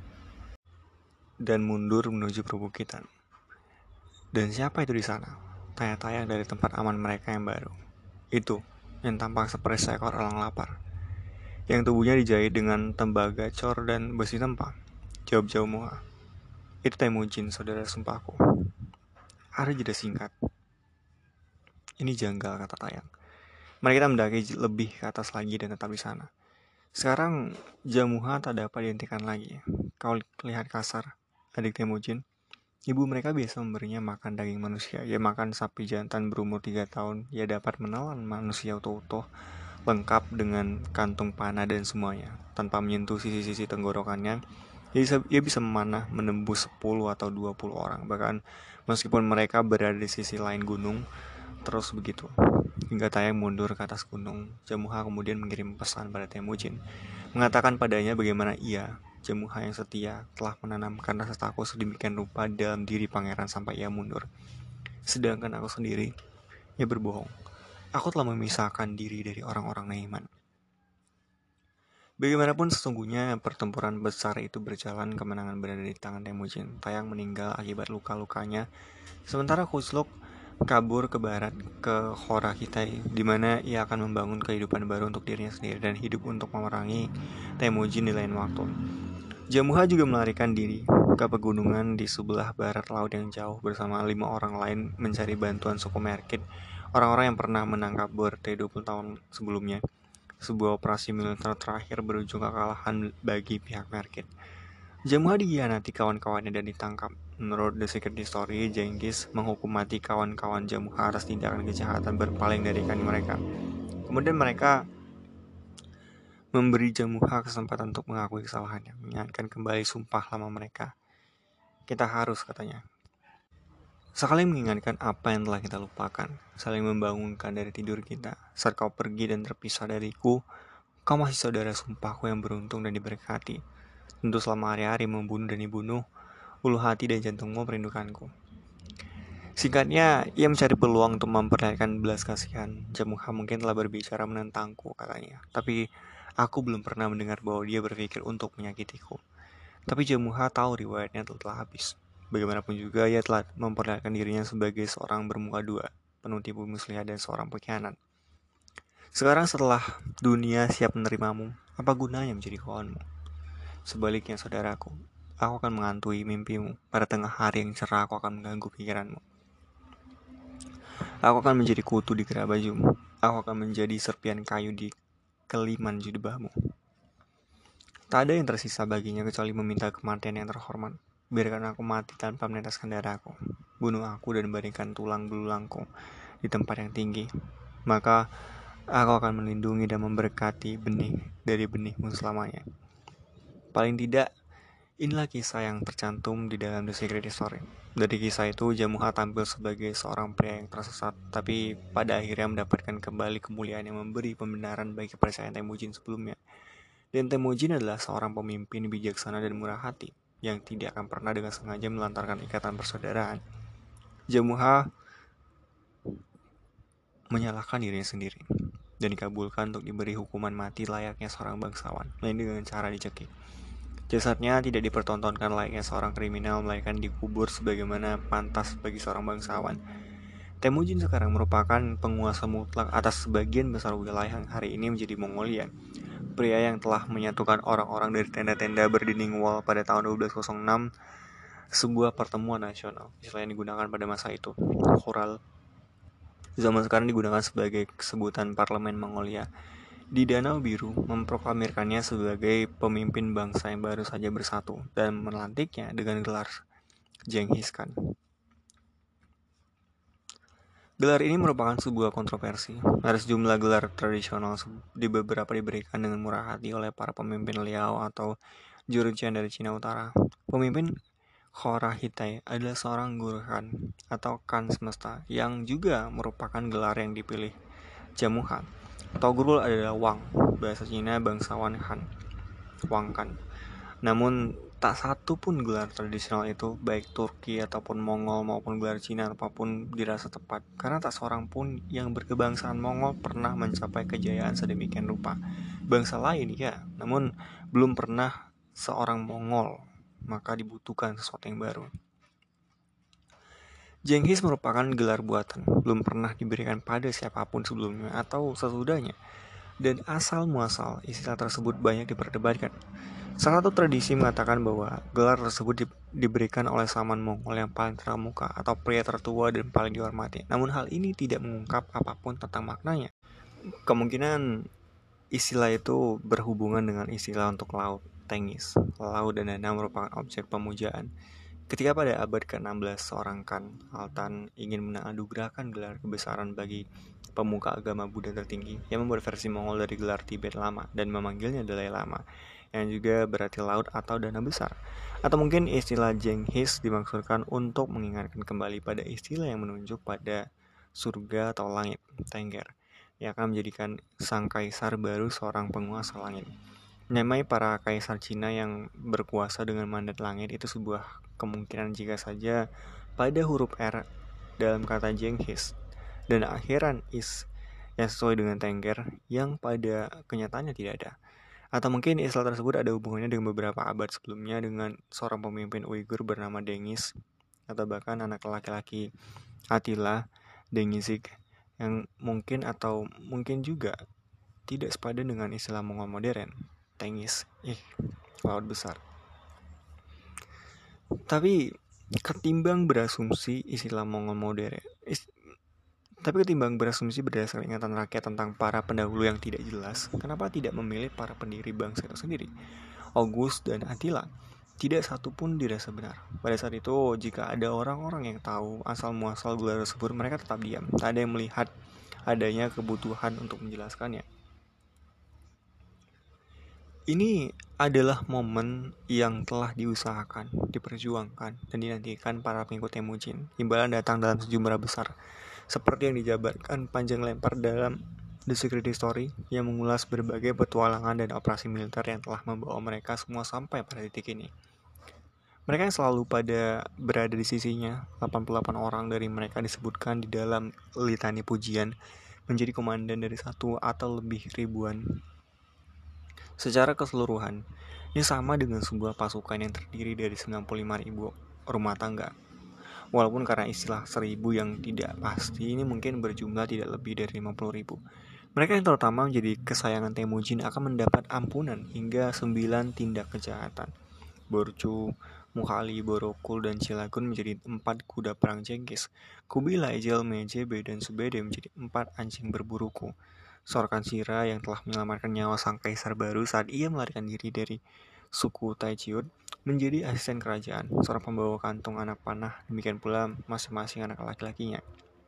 dan mundur menuju perbukitan. Dan siapa itu di sana? Tanya Tayang dari tempat aman mereka yang baru. Itu yang tampak seperti seekor elang lapar, yang tubuhnya dijahit dengan tembaga cor dan besi tempa. Jawab Jamuha. Itu Temujin, saudara sumpahku. Ada jeda singkat. Ini janggal, kata Tayang. Mari kita mendaki lebih ke atas lagi dan tetap di sana. Sekarang Jamuha tak dapat dihentikan lagi. Kau lihat kasar, adik Temujin. Ibu mereka biasa memberinya makan daging manusia. Ia makan sapi jantan berumur tiga tahun. Ia dapat menelan manusia utuh-utuh, lengkap dengan kantung panah dan semuanya. Tanpa menyentuh sisi-sisi tenggorokannya, ia bisa memanah menembus sepuluh atau dua puluh orang. Bahkan meskipun mereka berada di sisi lain gunung, terus begitu. Hingga Taeyang mundur ke atas gunung, Jamuha kemudian mengirim pesan pada Temujin, mengatakan padanya bagaimana ia, Jamuha yang setia, telah menanamkan rasa takut sedemikian rupa dalam diri pangeran sampai ia mundur. Sedangkan aku sendiri, ia berbohong. Aku telah memisahkan diri dari orang-orang Neiman. Bagaimanapun sesungguhnya pertempuran besar itu berjalan, kemenangan berada di tangan Temujin. Taeyang meninggal akibat luka-lukanya, sementara Kuzlok kabur ke barat ke Horakitai, di mana ia akan membangun kehidupan baru untuk dirinya sendiri dan hidup untuk memerangi Temujin di lain waktu. Jamuha juga melarikan diri ke pegunungan di sebelah barat laut yang jauh bersama lima orang lain mencari bantuan suku Merkit, orang-orang yang pernah menangkap Borte dua puluh tahun sebelumnya. Sebuah operasi militer terakhir berujung kekalahan bagi pihak Merkit. Jamuha dikhianati kawan-kawannya dan ditangkap. Menurut The Secret History, Genghis menghukum mati kawan-kawan Jamuha atas tindakan kejahatan berpaling dari ikan mereka. Kemudian mereka memberi Jamuha kesempatan untuk mengakui kesalahannya, mengingatkan kembali sumpah lama mereka. Kita harus, katanya, saling mengingatkan apa yang telah kita lupakan, saling membangunkan dari tidur kita. Saat kau pergi dan terpisah dariku, kau masih saudara sumpahku yang beruntung dan diberkati. Tentu selama hari-hari membunuh dan dibunuh, ulu hati dan jantungmu merindukanku. Singkatnya, ia mencari peluang untuk memperlihatkan belas kasihan. Jamuha mungkin telah berbicara menentangku, katanya. Tapi aku belum pernah mendengar bahwa dia berpikir untuk menyakitiku. Tapi Jamuha tahu riwayatnya telah habis. Bagaimanapun juga, ia telah memperlihatkan dirinya sebagai seorang bermuka dua, penuh tipu muslihat dan seorang pengkhianat. Sekarang setelah dunia siap menerimamu, apa gunanya menjadi kawanmu? Sebaliknya, saudaraku, aku akan menghantui mimpimu. Pada tengah hari yang cerah, aku akan mengganggu pikiranmu. Aku akan menjadi kutu di gerak bajumu. Aku akan menjadi serpian kayu di keliman jubahmu. Tak ada yang tersisa baginya kecuali meminta kematian yang terhormat. Biarkan aku mati tanpa meneteskan darahku. Bunuh aku dan baringkan tulang belulangku di tempat yang tinggi. Maka aku akan melindungi dan memberkati benih dari benihmu selamanya. Paling tidak, inilah kisah yang tercantum di dalam The Secret History. Dari kisah itu, Jamuha tampil sebagai seorang pria yang tersesat, tapi pada akhirnya mendapatkan kembali kemuliaan yang memberi pembenaran bagi kepercayaan Temujin sebelumnya. Dan Temujin adalah seorang pemimpin bijaksana dan murah hati, yang tidak akan pernah dengan sengaja melantarkan ikatan persaudaraan. Jamuha menyalahkan dirinya sendiri dan dikabulkan untuk diberi hukuman mati layaknya seorang bangsawan, lain dengan cara dicekik. Jasadnya tidak dipertontonkan layaknya seorang kriminal, melainkan dikubur sebagaimana pantas bagi seorang bangsawan. Temujin sekarang merupakan penguasa mutlak atas sebagian besar wilayah yang hari ini menjadi Mongolia. Pria yang telah menyatukan orang-orang dari tenda-tenda berdinding wall pada tahun dua belas nol enam, sebuah pertemuan nasional, istilah yang digunakan pada masa itu, Khural, zaman sekarang digunakan sebagai sebutan parlemen Mongolia. Di Danau Biru memproklamirkannya sebagai pemimpin bangsa yang baru saja bersatu dan melantiknya dengan gelar Genghis Khan. Gelar ini merupakan sebuah kontroversi. Ada sejumlah gelar tradisional di beberapa diberikan dengan murah hati oleh para pemimpin Liao atau Jurchen dari Cina Utara. Pemimpin Horahitai adalah seorang guru Khan atau Khan semesta, yang juga merupakan gelar yang dipilih Jamuha. Togrul adalah Wang, bahasa Cina bangsawan Han, Wang Khan. Namun tak satu pun gelar tradisional itu, baik Turki ataupun Mongol maupun gelar Cina apapun, dirasa tepat, karena tak seorang pun yang berkebangsaan Mongol pernah mencapai kejayaan sedemikian rupa. Bangsa lain ya, namun belum pernah seorang Mongol, maka dibutuhkan sesuatu yang baru. Genghis merupakan gelar buatan, belum pernah diberikan pada siapapun sebelumnya atau sesudahnya, dan asal muasal istilah tersebut banyak diperdebatkan. Salah satu tradisi mengatakan bahwa gelar tersebut di, diberikan oleh Saman Mongol yang paling terkemuka atau pria tertua dan paling dihormati. Namun hal ini tidak mengungkap apapun tentang maknanya. Kemungkinan istilah itu berhubungan dengan istilah untuk laut, Tengis. Laut dan danau merupakan objek pemujaan. Ketika pada abad ke enam belas, seorang Khan Altan ingin menganugerahkan gelar kebesaran bagi pemuka agama Buddha tertinggi, yang membuat versi Mongol dari gelar Tibet Lama dan memanggilnya Dalai Lama, yang juga berarti laut atau danau besar. Atau mungkin istilah Genghis dimaksudkan untuk mengingatkan kembali pada istilah yang menunjuk pada surga atau langit, Tengger, yang akan menjadikan sang kaisar baru seorang penguasa langit. Namai para kaisar Cina yang berkuasa dengan mandat langit itu sebuah kemungkinan jika saja pada huruf R dalam kata Jenghis dan akhiran is yang sesuai dengan Tengger yang pada kenyataannya tidak ada. Atau mungkin istilah tersebut ada hubungannya dengan beberapa abad sebelumnya dengan seorang pemimpin Uighur bernama Dengis, atau bahkan anak laki-laki Attila Dengizik yang mungkin atau mungkin juga tidak sepadan dengan istilah Mongol modern, Tengis, ih, laut besar. Tapi ketimbang berasumsi istilah Mongol modern, is, tapi ketimbang berasumsi berdasarkan ingatan rakyat tentang para pendahulu yang tidak jelas, kenapa tidak memilih para pendiri bangsa itu sendiri, August dan Attila? Tidak satu pun dirasa benar. Pada saat itu, jika ada orang-orang yang tahu asal-muasal gelar tersebut, mereka tetap diam. Tak ada yang melihat adanya kebutuhan untuk menjelaskannya. Ini adalah momen yang telah diusahakan, diperjuangkan, dan dinantikan para pengikut Temujin. Imbalan datang dalam sejumlah besar, seperti yang dijabarkan panjang lebar dalam The Secret History, yang mengulas berbagai petualangan dan operasi militer yang telah membawa mereka semua sampai pada titik ini. Mereka yang selalu pada berada di sisinya, delapan puluh delapan orang dari mereka disebutkan di dalam litani pujian, menjadi komandan dari satu atau lebih ribuan. Secara keseluruhan, ini sama dengan sebuah pasukan yang terdiri dari sembilan puluh lima ribu rumah tangga. Walaupun karena istilah seribu yang tidak pasti, ini mungkin berjumlah tidak lebih dari lima puluh ribu. Mereka yang terutama menjadi kesayangan Temujin akan mendapat ampunan hingga sembilan tindak kejahatan. Borcu, Mukhali, Borokul, dan Cilagun menjadi empat kuda perang Jenghis. Kubilai, Jelme, Jebe, dan Subede menjadi empat anjing berburuku. Sorkan Sira yang telah menyelamatkan nyawa sang kaisar baru saat ia melarikan diri dari suku Taiciud menjadi asisten kerajaan, seorang pembawa kantung anak panah, demikian pula masing-masing anak laki-lakinya.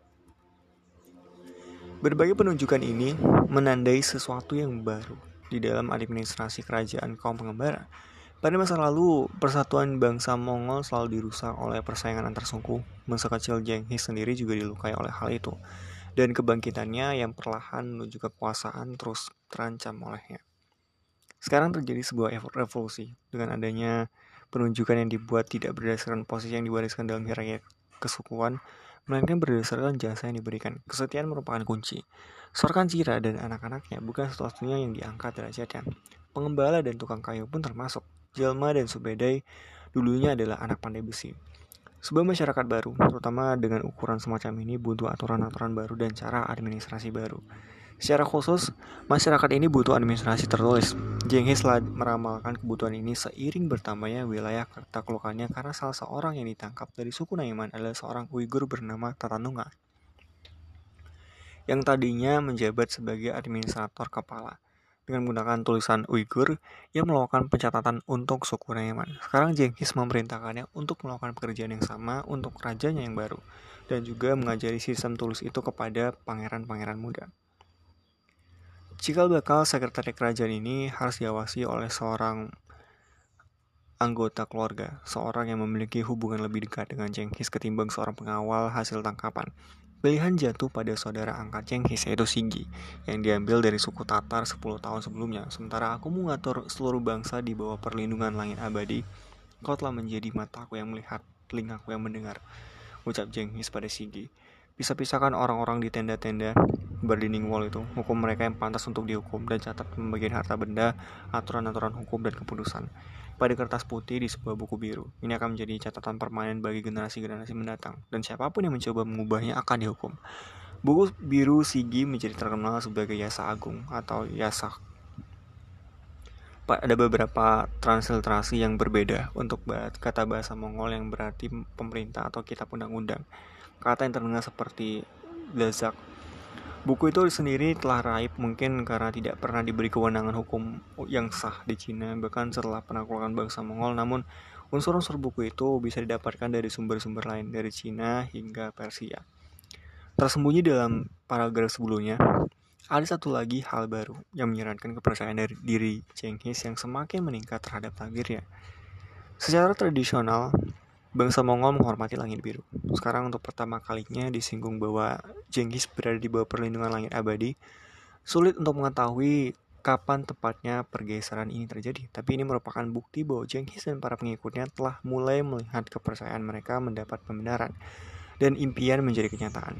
Berbagai penunjukan ini menandai sesuatu yang baru di dalam administrasi kerajaan kaum pengembara. Pada masa lalu, persatuan bangsa Mongol selalu dirusak oleh persaingan antar suku. Bangsa kecil Jenghis sendiri juga dilukai oleh hal itu, dan kebangkitannya yang perlahan menuju kekuasaan terus terancam olehnya. Sekarang terjadi sebuah revolusi dengan adanya penunjukan yang dibuat tidak berdasarkan posisi yang diwariskan dalam hierarki kesukuan, melainkan berdasarkan jasa yang diberikan. Kesetiaan merupakan kunci. Sorkan Sira dan anak-anaknya bukan satu-satunya yang diangkat derajatnya. Pengembala dan tukang kayu pun termasuk. Jelma dan Subedai dulunya adalah anak pandai besi. Sebuah masyarakat baru, terutama dengan ukuran semacam ini, butuh aturan-aturan baru dan cara administrasi baru. Secara khusus, masyarakat ini butuh administrasi tertulis. Jenghis telah meramalkan kebutuhan ini seiring bertambahnya wilayah taklukannya karena salah seorang yang ditangkap dari suku Naiman adalah seorang Uighur bernama Tatanunga, yang tadinya menjabat sebagai administrator kepala. Dengan menggunakan tulisan Uighur, ia melakukan pencatatan untuk suku Naiman. Sekarang Jenghis memerintahkannya untuk melakukan pekerjaan yang sama untuk rajanya yang baru, dan juga mengajari sistem tulis itu kepada pangeran-pangeran muda. Cikal bakal sekretariat kerajaan ini harus diawasi oleh seorang anggota keluarga, seorang yang memiliki hubungan lebih dekat dengan Jenghis ketimbang seorang pengawal hasil tangkapan. Pilihan jatuh pada saudara angkat Jenghis, yaitu Sigi, yang diambil dari suku Tatar sepuluh tahun sebelumnya. Sementara aku mengatur seluruh bangsa di bawah perlindungan langit abadi, kau telah menjadi mataku yang melihat, telingaku yang mendengar, ucap Jenghis pada Sigi. Pisah-pisahkan orang-orang di tenda-tenda berdinding wall itu, hukum mereka yang pantas untuk dihukum, dan catat pembagian harta benda, aturan-aturan hukum dan keputusan pada kertas putih di sebuah buku biru. Ini akan menjadi catatan permanen bagi generasi-generasi mendatang, dan siapapun yang mencoba mengubahnya akan dihukum. Buku biru Sigi menjadi terkenal sebagai Yasa Agung atau Yasak. Ada beberapa transliterasi yang berbeda untuk kata bahasa Mongol yang berarti pemerintah atau kitab undang-undang. Kata yang terdengar seperti Lazak. Buku itu sendiri telah raib mungkin karena tidak pernah diberi kewenangan hukum yang sah di Cina, bahkan setelah penaklukan bangsa Mongol. Namun unsur-unsur buku itu bisa didapatkan dari sumber-sumber lain, dari Cina hingga Persia. Tersembunyi dalam paragraf sebelumnya, ada satu lagi hal baru yang menyeratkan kepercayaan dari diri Jenghis yang semakin meningkat terhadap takdirnya. Secara tradisional, Bangsa Mongol menghormati langit biru. Sekarang untuk pertama kalinya disinggung bahwa Jenghis berada di bawah perlindungan langit abadi. Sulit untuk mengetahui kapan tepatnya pergeseran ini terjadi, tapi ini merupakan bukti bahwa Jenghis dan para pengikutnya telah mulai melihat kepercayaan mereka mendapat pembenaran dan impian menjadi kenyataan.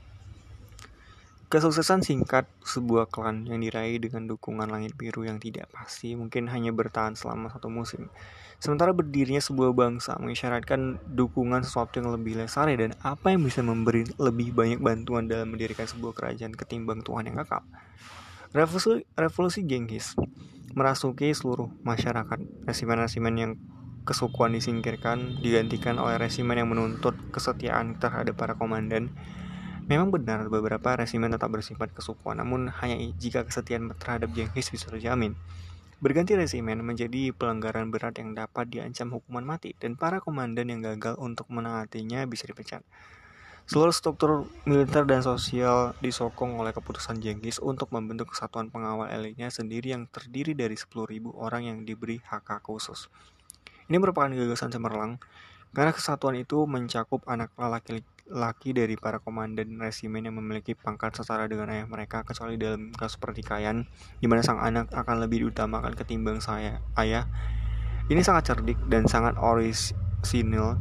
Kesuksesan singkat sebuah klan yang diraih dengan dukungan langit biru yang tidak pasti mungkin hanya bertahan selama satu musim. Sementara berdirinya sebuah bangsa mengisyaratkan dukungan sesuatu yang lebih lestari dan apa yang bisa memberi lebih banyak bantuan dalam mendirikan sebuah kerajaan ketimbang Tuhan yang kekal. Revolusi, revolusi Genghis merasuki seluruh masyarakat. Resimen-resimen yang kesukuan disingkirkan digantikan oleh resimen yang menuntut kesetiaan terhadap para komandan. Memang benar beberapa resimen tetap bersifat kesukuan, namun hanya jika kesetiaan terhadap Jenghis bisa terjamin. Berganti resimen menjadi pelanggaran berat yang dapat diancam hukuman mati, dan para komandan yang gagal untuk menaatinya bisa dipecat. Seluruh struktur militer dan sosial disokong oleh keputusan Jenghis untuk membentuk kesatuan pengawal elitnya sendiri yang terdiri dari sepuluh ribu orang yang diberi hak-hak khusus. Ini merupakan gagasan cemerlang, karena kesatuan itu mencakup anak laki-laki dari para komandan resimen yang memiliki pangkat setara dengan ayah mereka, kecuali dalam kasus pertikaian, di mana sang anak akan lebih diutamakan ketimbang saya ayah. Ini sangat cerdik dan sangat orisinil,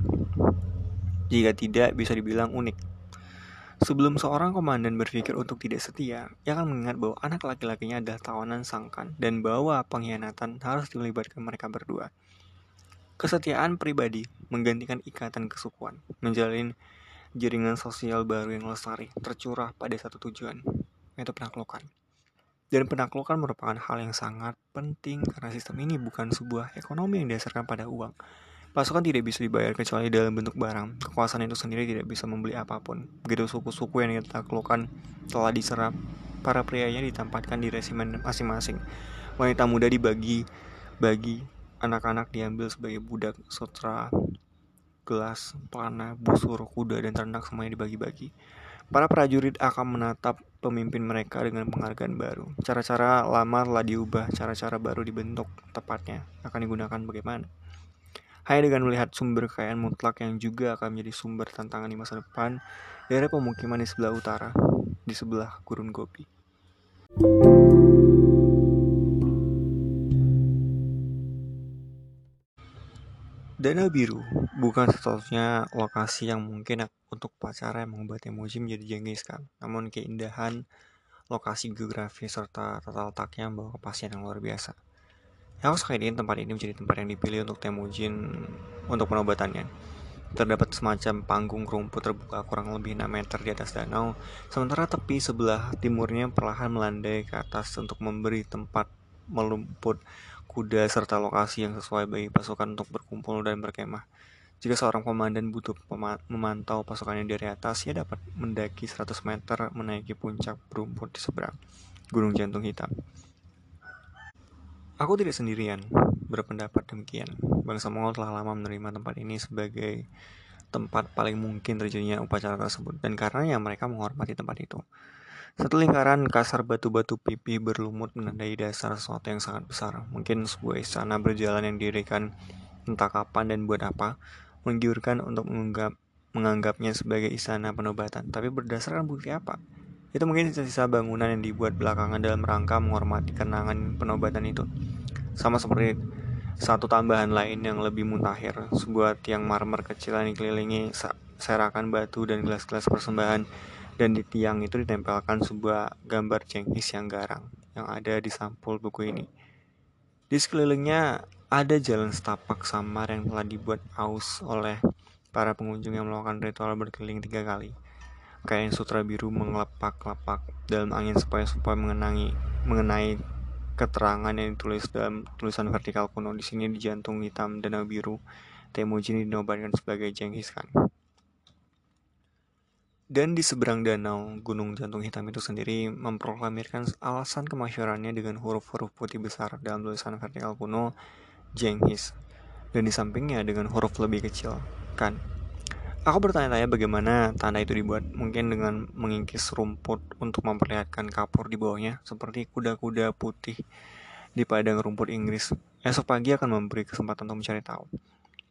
jika tidak bisa dibilang unik. Sebelum seorang komandan berpikir untuk tidak setia, ia akan mengingat bahwa anak laki-lakinya adalah tawanan sangkan dan bahwa pengkhianatan harus dilibatkan mereka berdua. Kesetiaan pribadi menggantikan ikatan kesukuan, menjalin jaringan sosial baru yang lestari, tercurah pada satu tujuan, yaitu penaklukan. Dan penaklukan merupakan hal yang sangat penting karena sistem ini bukan sebuah ekonomi yang didasarkan pada uang. Pasukan tidak bisa dibayar kecuali dalam bentuk barang. Kekuasaan itu sendiri tidak bisa membeli apapun. Begitu suku-suku yang ditaklukkan telah diserap, para prianya ditempatkan di resimen masing-masing. Wanita muda dibagi bagi, anak-anak diambil sebagai budak, sutra, gelas, panah, busur, kuda, dan ternak semuanya dibagi-bagi. Para prajurit akan menatap pemimpin mereka dengan penghargaan baru. Cara-cara lama telah diubah, cara-cara baru dibentuk. Tepatnya akan digunakan bagaimana? Hanya dengan melihat sumber kekayaan mutlak yang juga akan menjadi sumber tantangan di masa depan, daerah pemukiman di sebelah utara, di sebelah gurun Gobi. Danau Biru bukan satu-satunya lokasi yang mungkin untuk upacara yang mengubah Temujin menjadi Jenghis Khan, namun keindahan lokasi geografis serta tata letaknya membawa kepastian yang luar biasa. Yang aku suka ini tempat ini menjadi tempat yang dipilih untuk Temujin untuk penobatannya. Terdapat semacam panggung rumput terbuka kurang lebih enam meter di atas danau, sementara tepi sebelah timurnya perlahan melandai ke atas untuk memberi tempat melumput kuda serta lokasi yang sesuai bagi pasukan untuk berkumpul dan berkemah. Jika seorang komandan butuh memantau pasukannya dari atas, ia dapat mendaki seratus meter menaiki puncak berumput di seberang Gunung Jantung Hitam. Aku tidak sendirian berpendapat demikian. Bangsa Mongol telah lama menerima tempat ini sebagai tempat paling mungkin terjadinya upacara tersebut, dan karenanya mereka menghormati tempat itu. Satu lingkaran kasar batu-batu pipih berlumut menandai dasar sesuatu yang sangat besar. Mungkin sebuah istana berjalan yang didirikan entah kapan dan buat apa, menggiurkan untuk menganggap, menganggapnya sebagai istana penobatan. Tapi berdasarkan bukti apa? Itu mungkin sisa-sisa bangunan yang dibuat belakangan dalam rangka menghormati kenangan penobatan itu. Sama seperti satu tambahan lain yang lebih mutakhir, sebuah tiang marmer kecil yang dikelilingi serakan batu dan gelas-gelas persembahan, dan di tiang itu ditempelkan sebuah gambar Jenghis yang garang yang ada di sampul buku ini. Di sekelilingnya ada jalan setapak samar yang telah dibuat aus oleh para pengunjung yang melakukan ritual berkeliling tiga kali. Kain sutra biru mengelepak-lepak dalam angin supaya-supaya mengenangi, mengenai keterangan yang ditulis dalam tulisan vertikal kuno. Di sini di jantung hitam Danau Biru, Temujin dinobatkan sebagai Jenghis Khan. Dan di seberang danau, Gunung Jantung Hitam itu sendiri memproklamirkan alasan kemasyhurannya dengan huruf-huruf putih besar dalam tulisan vertikal kuno Jenghis, dan di sampingnya dengan huruf lebih kecil, Khan. Aku bertanya-tanya bagaimana tanda itu dibuat, mungkin dengan mengikis rumput untuk memperlihatkan kapur di bawahnya, seperti kuda-kuda putih di padang rumput Inggris. Esok pagi akan memberi kesempatan untuk mencari tahu.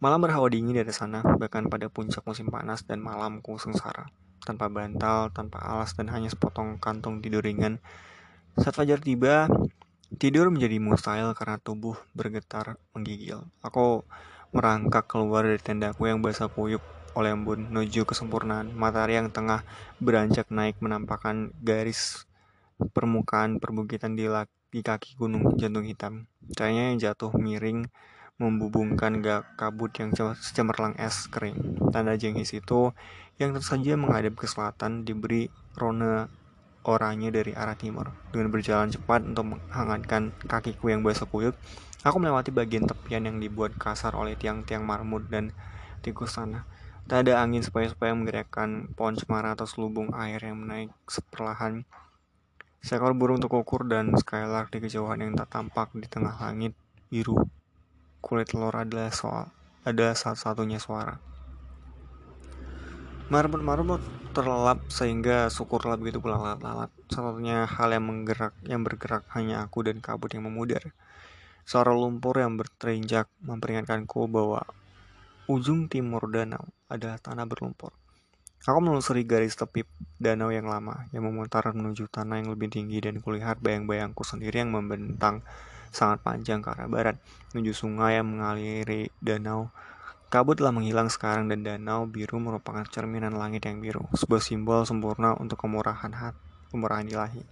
Malam berhawa dingin dari sana, bahkan pada puncak musim panas dan malamku sengsara. Tanpa bantal, tanpa alas, dan hanya sepotong kantung tidur ringan. Saat fajar tiba, tidur menjadi mustahil karena tubuh bergetar menggigil. Aku merangkak keluar dari tendaku yang basah kuyup oleh embun menuju kesempurnaan. Matahari yang tengah beranjak naik menampakkan garis permukaan perbukitan di, di kaki gunung jantung hitam. Cahayanya yang jatuh miring membubungkan gak kabut yang secemerlang es kering. Tanda jengis itu yang tentu saja menghadap ke selatan diberi rona oranye dari arah timur. Dengan berjalan cepat untuk menghangatkan kakiku yang basah kuyup, aku melewati bagian tepian yang dibuat kasar oleh tiang-tiang marmut dan tikus tanah. Tak ada angin supaya-supaya menggerakkan pohon cemara atau selubung air yang menaik seperlahan. Seekor burung tekukur dan skylark di kejauhan yang tak tampak di tengah langit biru kulit telur adalah soal ada satu-satunya suara. Marmut-marmut terlelap sehingga syukurlah begitu pula lalat-lalat. Satu-satunya hal yang menggerak yang bergerak hanya aku dan kabut yang memudar. Suara lumpur yang berterinjak memperingatkanku bahwa ujung timur danau adalah tanah berlumpur. Aku menelusuri garis tepi danau yang lama yang memutar menuju tanah yang lebih tinggi dan kulihat bayang-bayangku sendiri yang membentang sangat panjang ke arah barat menuju sungai yang mengaliri danau. Kabut telah menghilang sekarang dan danau biru merupakan cerminan langit yang biru, sebuah simbol sempurna untuk kemurahan hati, kemurahan ilahi.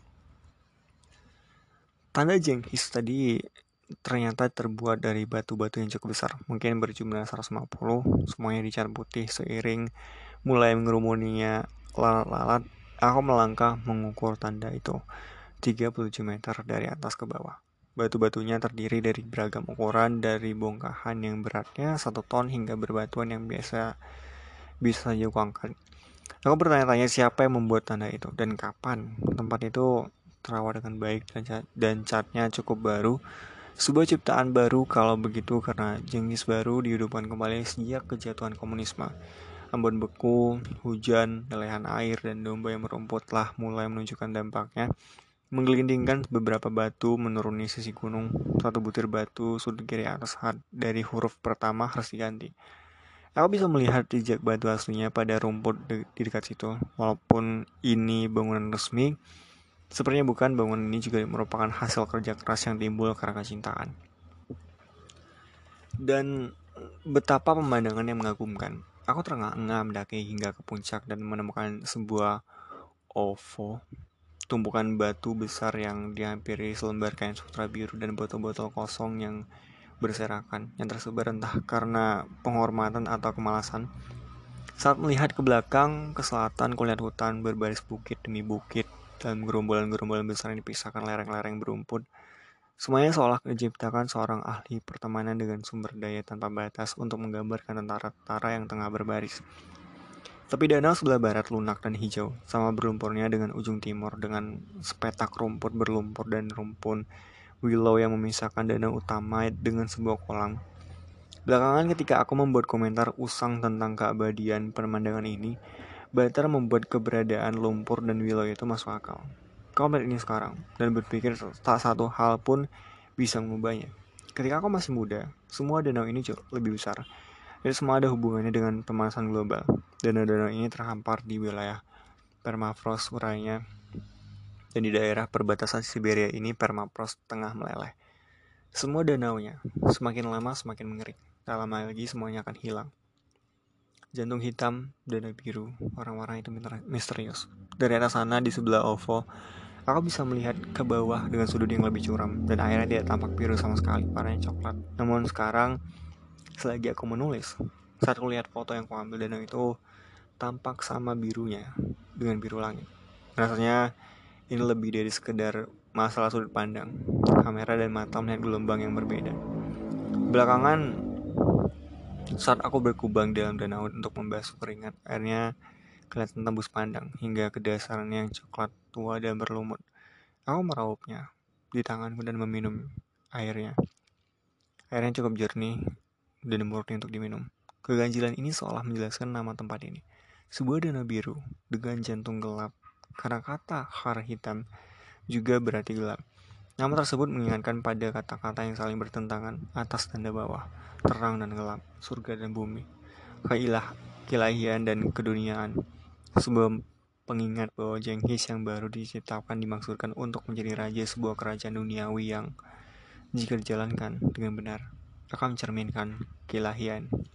Tanda jenghis tadi ternyata terbuat dari batu-batu yang cukup besar, mungkin berjumlah seratus lima puluh, semuanya dicat putih seiring mulai mengerumuninya lalat-lalat. Aku melangkah mengukur tanda itu tiga puluh tujuh meter dari atas ke bawah. Batu-batunya terdiri dari beragam ukuran, dari bongkahan yang beratnya satu ton hingga berbatuan yang biasa bisa saja kuangkat. Aku bertanya-tanya siapa yang membuat tanda itu dan kapan. Tempat itu terawat dengan baik dan catnya cukup baru. Sebuah ciptaan baru kalau begitu karena Jenghis baru dihidupkan kembali sejak kejatuhan komunisme. Embun beku, hujan, lelehan air, dan domba yang merumput telah mulai menunjukkan dampaknya. Menggelindingkan beberapa batu menuruni sisi gunung. Satu butir batu sudut kiri atas dari huruf pertama harus diganti. Aku bisa melihat jejak batu aslinya pada rumput de- di dekat situ. Walaupun ini bangunan resmi, sepertinya bukan. Bangunan ini juga merupakan hasil kerja keras yang timbul karena kecintaan. Dan betapa pemandangan yang mengagumkan. Aku terengah-engah mendaki hingga ke puncak dan menemukan sebuah ovo, tumpukan batu besar yang dihampiri selembar kain sutra biru dan botol-botol kosong yang berserakan, yang tersebar entah karena penghormatan atau kemalasan. Saat melihat ke belakang, ke selatan, kulihat hutan berbaris bukit demi bukit dan gerombolan-gerombolan besar yang dipisahkan lereng-lereng berumput. Semuanya seolah diciptakan seorang ahli pertemanan dengan sumber daya tanpa batas untuk menggambarkan tentara-tentara yang tengah berbaris. Tepi danau sebelah barat lunak dan hijau, sama berlumpurnya dengan ujung timur dengan sepetak rumput berlumpur dan rumpun willow yang memisahkan danau utama dengan sebuah kolam. Belakangan ketika aku membuat komentar usang tentang keabadian pemandangan ini, Batar membuat keberadaan lumpur dan willow itu masuk akal. Kau melihat ini sekarang dan berpikir tak satu hal pun bisa mengubahnya. Ketika aku masih muda, semua danau ini jauh lebih besar. Jadi semua ada hubungannya dengan pemanasan global. Danau-danau ini terhampar di wilayah permafrost urainya, dan di daerah perbatasan Siberia ini permafrost tengah meleleh. Semua danaunya semakin lama semakin mengering. Tak lama lagi semuanya akan hilang. Jantung hitam, danau biru, orang-orang itu misterius. Dari atas sana di sebelah ovo, aku bisa melihat ke bawah dengan sudut yang lebih curam dan airnya tidak tampak biru sama sekali, warnanya coklat. Namun sekarang selagi aku menulis, saat aku lihat foto yang kuambil danau itu tampak sama birunya dengan biru langit. Rasanya ini lebih dari sekedar masalah sudut pandang. Kamera dan mata melihat gelombang yang berbeda. Belakangan, saat aku berkubang dalam danau untuk membasuh keringat, airnya kelihatan tembus pandang hingga ke dasarnya yang coklat tua dan berlumut. Aku meraupnya di tanganku dan meminum airnya. Airnya cukup jernih dan murni untuk diminum. Keganjilan ini seolah menjelaskan nama tempat ini. Sebuah danau biru dengan jantung gelap. Karena kata har hitam juga berarti gelap. Nama tersebut mengingatkan pada kata-kata yang saling bertentangan, atas dan bawah, terang dan gelap, surga dan bumi, keilah, keilahian dan keduniaan. Sebuah pengingat bahwa Jenghis yang baru diciptakan dimaksudkan untuk menjadi raja sebuah kerajaan duniawi yang, jika dijalankan dengan benar, akan mencerminkan keilahian,